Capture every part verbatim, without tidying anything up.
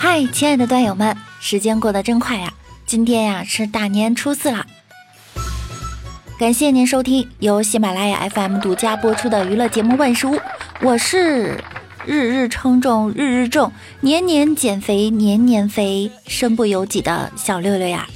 嗨，亲爱的段友们，时间过得真快呀！今天呀是大年初四了，感谢您收听由喜马拉雅 F M 独家播出的娱乐节目《万事屋》，我是日日称重日日重，年年减肥年年肥，身不由己的小六六呀。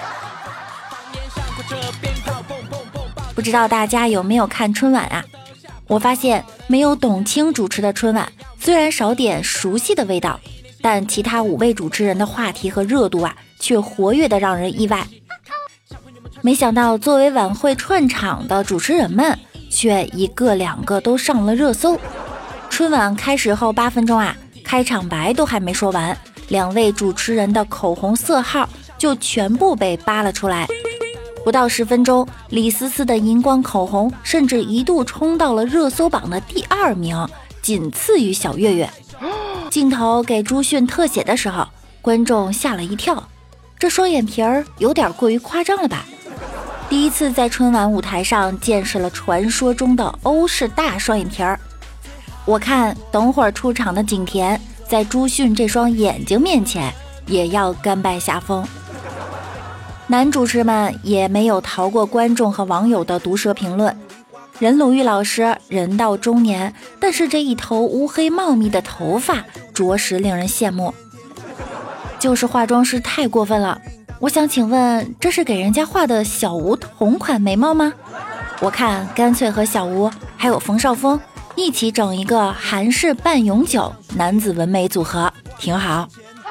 不知道大家有没有看春晚啊？我发现没有董卿主持的春晚，虽然少点熟悉的味道，但其他五位主持人的话题和热度啊，却活跃的让人意外。没想到作为晚会串场的主持人们，却一个两个都上了热搜。春晚开始后八分钟啊，开场白都还没说完，两位主持人的口红色号就全部被扒了出来。不到十分钟，李思思的荧光口红甚至一度冲到了热搜榜的第二名，仅次于小岳岳。镜头给朱迅特写的时候，观众吓了一跳，这双眼皮儿有点过于夸张了吧？第一次在春晚舞台上见识了传说中的欧式大双眼皮儿。我看等会儿出场的景甜在朱迅这双眼睛面前也要甘拜下风。男主持们也没有逃过观众和网友的毒舌评论。任鲁豫老师人到中年，但是这一头乌黑茂密的头发着实令人羡慕。就是化妆师太过分了，我想请问，这是给人家画的小吴同款眉毛吗？我看干脆和小吴还有冯绍峰一起整一个韩式半永久男子纹眉组合，挺好。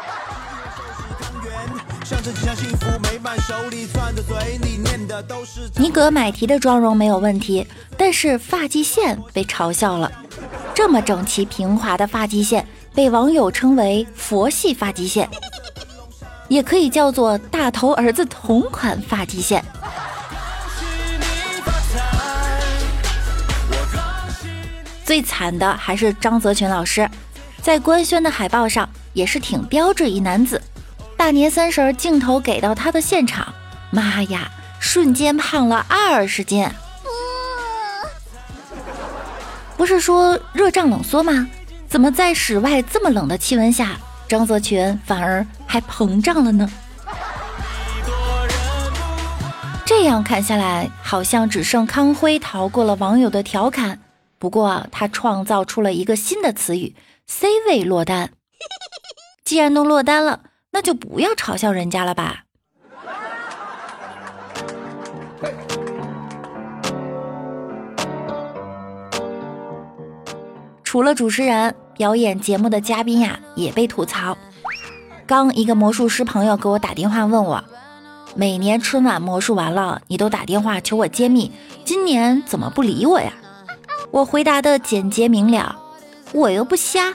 尼格买提的妆容没有问题，但是发际线被嘲笑了。这么整齐平滑的发际线被网友称为佛系发际线，也可以叫做大头儿子同款发际线。最惨的还是张泽群老师，在官宣的海报上也是挺标致一男子。大年三十镜头给到他的现场，妈呀，瞬间胖了二十斤。不是说热胀冷缩吗？怎么在室外这么冷的气温下，张泽群反而还膨胀了呢？这样看下来，好像只剩康辉逃过了网友的调侃。不过他创造出了一个新的词语 C 位落单。既然都落单了，那就不要嘲笑人家了吧。除了主持人，表演节目的嘉宾呀也被吐槽。刚一个魔术师朋友给我打电话问我，每年春晚魔术完了，你都打电话求我揭秘，今年怎么不理我呀？我回答的简洁明了，我又不瞎。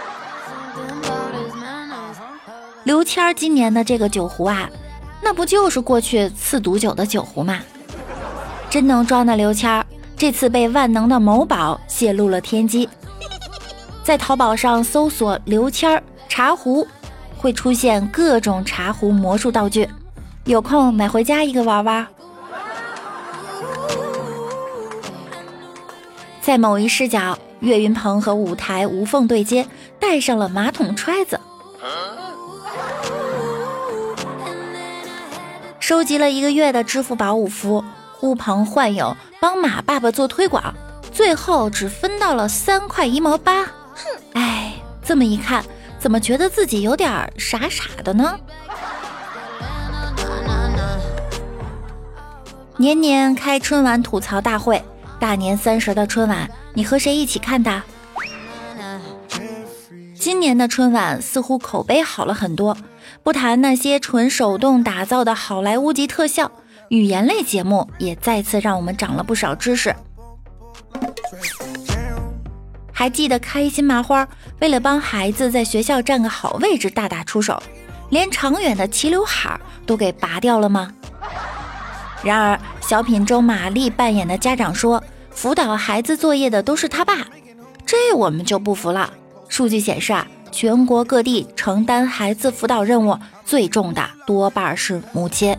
刘谦今年的这个酒壶啊，那不就是过去赐毒酒的酒壶吗？真能装的刘谦这次被万能的某宝泄露了天机。在淘宝上搜索刘谦茶壶，会出现各种茶壶魔术道具，有空买回家一个玩玩。在某一视角，岳云鹏和舞台无缝对接，带上了马桶揣子。收集了一个月的支付宝五福，呼朋唤友帮马爸爸做推广，最后只分到了三块一毛八。哎，这么一看，怎么觉得自己有点傻傻的呢？年年开春晚吐槽大会，大年三十的春晚，你和谁一起看的？今年的春晚似乎口碑好了很多，不谈那些纯手动打造的好莱坞级特效，语言类节目也再次让我们长了不少知识。还记得开心麻花为了帮孩子在学校占个好位置大打出手，连长远的齐刘海都给拔掉了吗？然而小品中马丽扮演的家长说，辅导孩子作业的都是他爸，这我们就不服了。数据显示啊，全国各地承担孩子辅导任务最重的多半是母亲。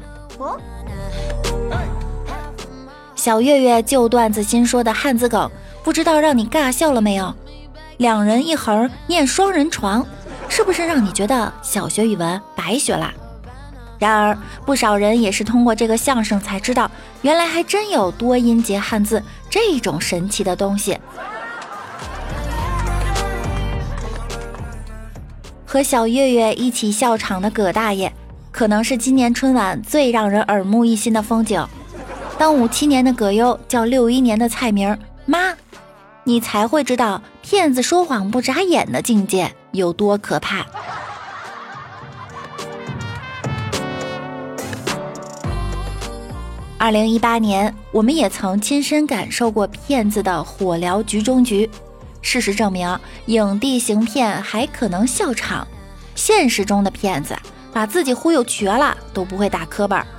小岳岳旧段子新说的汉字梗，不知道让你尬笑了没有？两人一横念双人床， 是不是让你觉得小学语文白学了？然而不少人也是通过这个相声才知道，原来还真有多音节汉字这种神奇的东西。和小岳岳一起笑场的葛大爷，可能是今年春晚最让人耳目一新的风景。当五七年的葛优叫六一年的蔡明妈，你才会知道骗子说谎不眨眼的境界有多可怕。二零一八年，我们也曾亲身感受过骗子的火燎局中局。事实证明，影帝行骗还可能笑场，现实中的骗子把自己忽悠瘸了都不会打磕巴。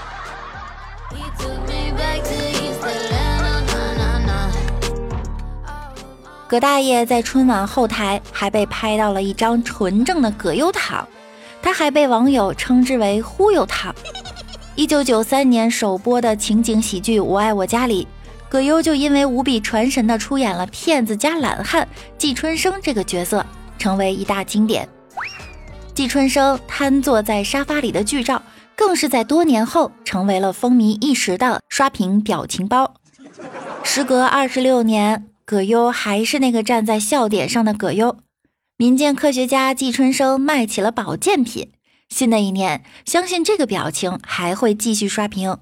葛大爷在春晚后台还被拍到了一张纯正的葛优躺，他还被网友称之为忽悠躺。一九九三年首播的情景喜剧《我爱我家》里，葛优就因为无比传神的出演了骗子加懒汉季春生这个角色，成为一大经典。季春生瘫坐在沙发里的剧照，更是在多年后成为了风靡一时的刷屏表情包。时隔二十六年，葛优还是那个站在笑点上的葛优。民间科学家季春生卖起了保健品，新的一年，相信这个表情还会继续刷屏。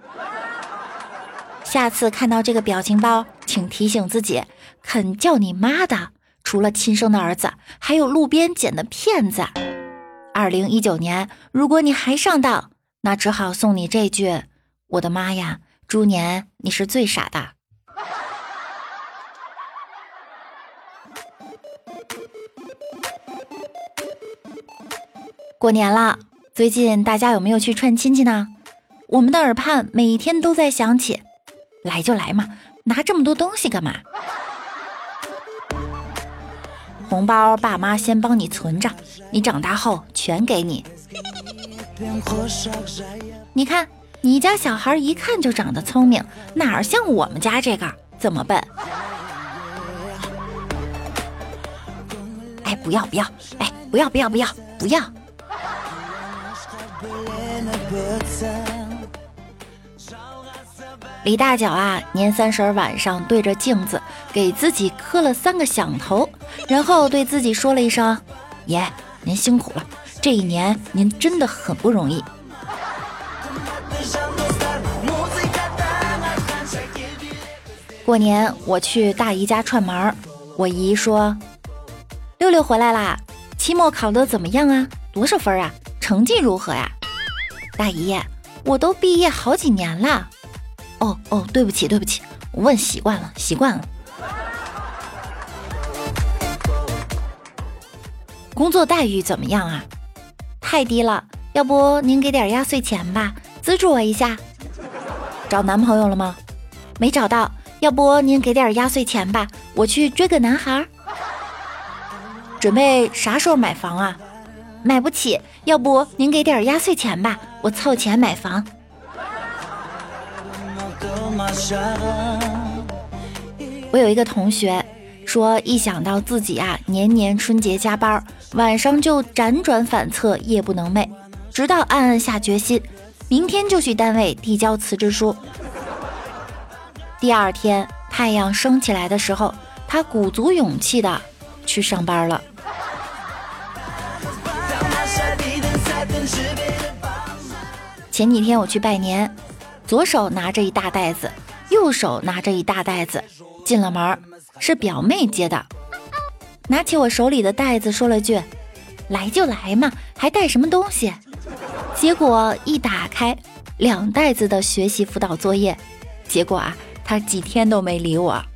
下次看到这个表情包，请提醒自己，肯叫你妈的除了亲生的儿子，还有路边捡的骗子。二零一九年，如果你还上当，那只好送你这句：我的妈呀，猪年你是最傻的。过年了，最近大家有没有去串亲戚呢？我们的耳畔每天都在响起，来就来嘛，拿这么多东西干嘛？红包爸妈先帮你存着，你长大后全给你。你看，你家小孩一看就长得聪明，哪儿像我们家这个这么笨？哎，不要不要，哎，不要不要不要不要！李大脚啊，年三十晚上对着镜子给自己磕了三个响头，然后对自己说了一声：爷，您辛苦了，这一年您真的很不容易。过年我去大姨家串门，我姨说：六六回来啦，期末考得怎么样啊？多少分啊？成绩如何呀？大姨，我都毕业好几年了。哦哦，对不起对不起，我问习惯了习惯了。工作待遇怎么样啊？太低了，要不您给点压岁钱吧，资助我一下。找男朋友了吗？没找到，要不您给点压岁钱吧，我去追个男孩。准备啥时候买房啊？买不起，要不您给点压岁钱吧，我凑钱买房。我有一个同学说，一想到自己啊年年春节加班，晚上就辗转反侧，夜不能寐，直到暗暗下决心，明天就去单位递交辞职书。第二天太阳升起来的时候，他鼓足勇气的去上班了。前几天我去拜年，左手拿着一大袋子，右手拿着一大袋子，进了门，是表妹接的。拿起我手里的袋子说了句：来就来嘛，还带什么东西？结果一打开，两袋子的学习辅导作业。结果啊，他几天都没理我。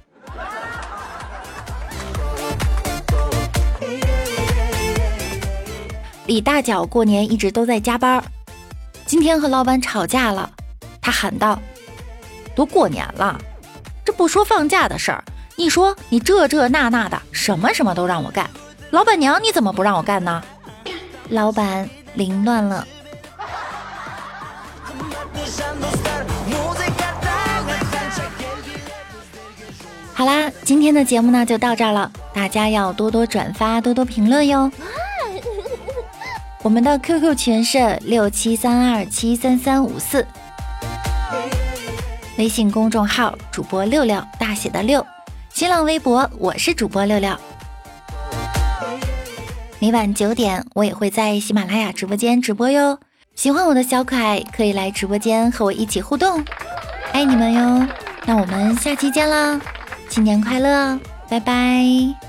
李大脚过年一直都在加班，今天和老板吵架了，他喊道：都过年了，这不说放假的事儿，你说你这这那那的，什么什么都让我干，老板娘你怎么不让我干呢？老板凌乱了。好啦，今天的节目呢就到这儿了，大家要多多转发，多多评论哟。 我们的 Q Q 群是六七三二七三三五四，微信公众号主播六六大写的六，新浪微博我是主播六六。每晚九点我也会在喜马拉雅直播间直播哟，喜欢我的小可爱可以来直播间和我一起互动，爱你们哟。那我们下期见啦，新年快乐，拜拜。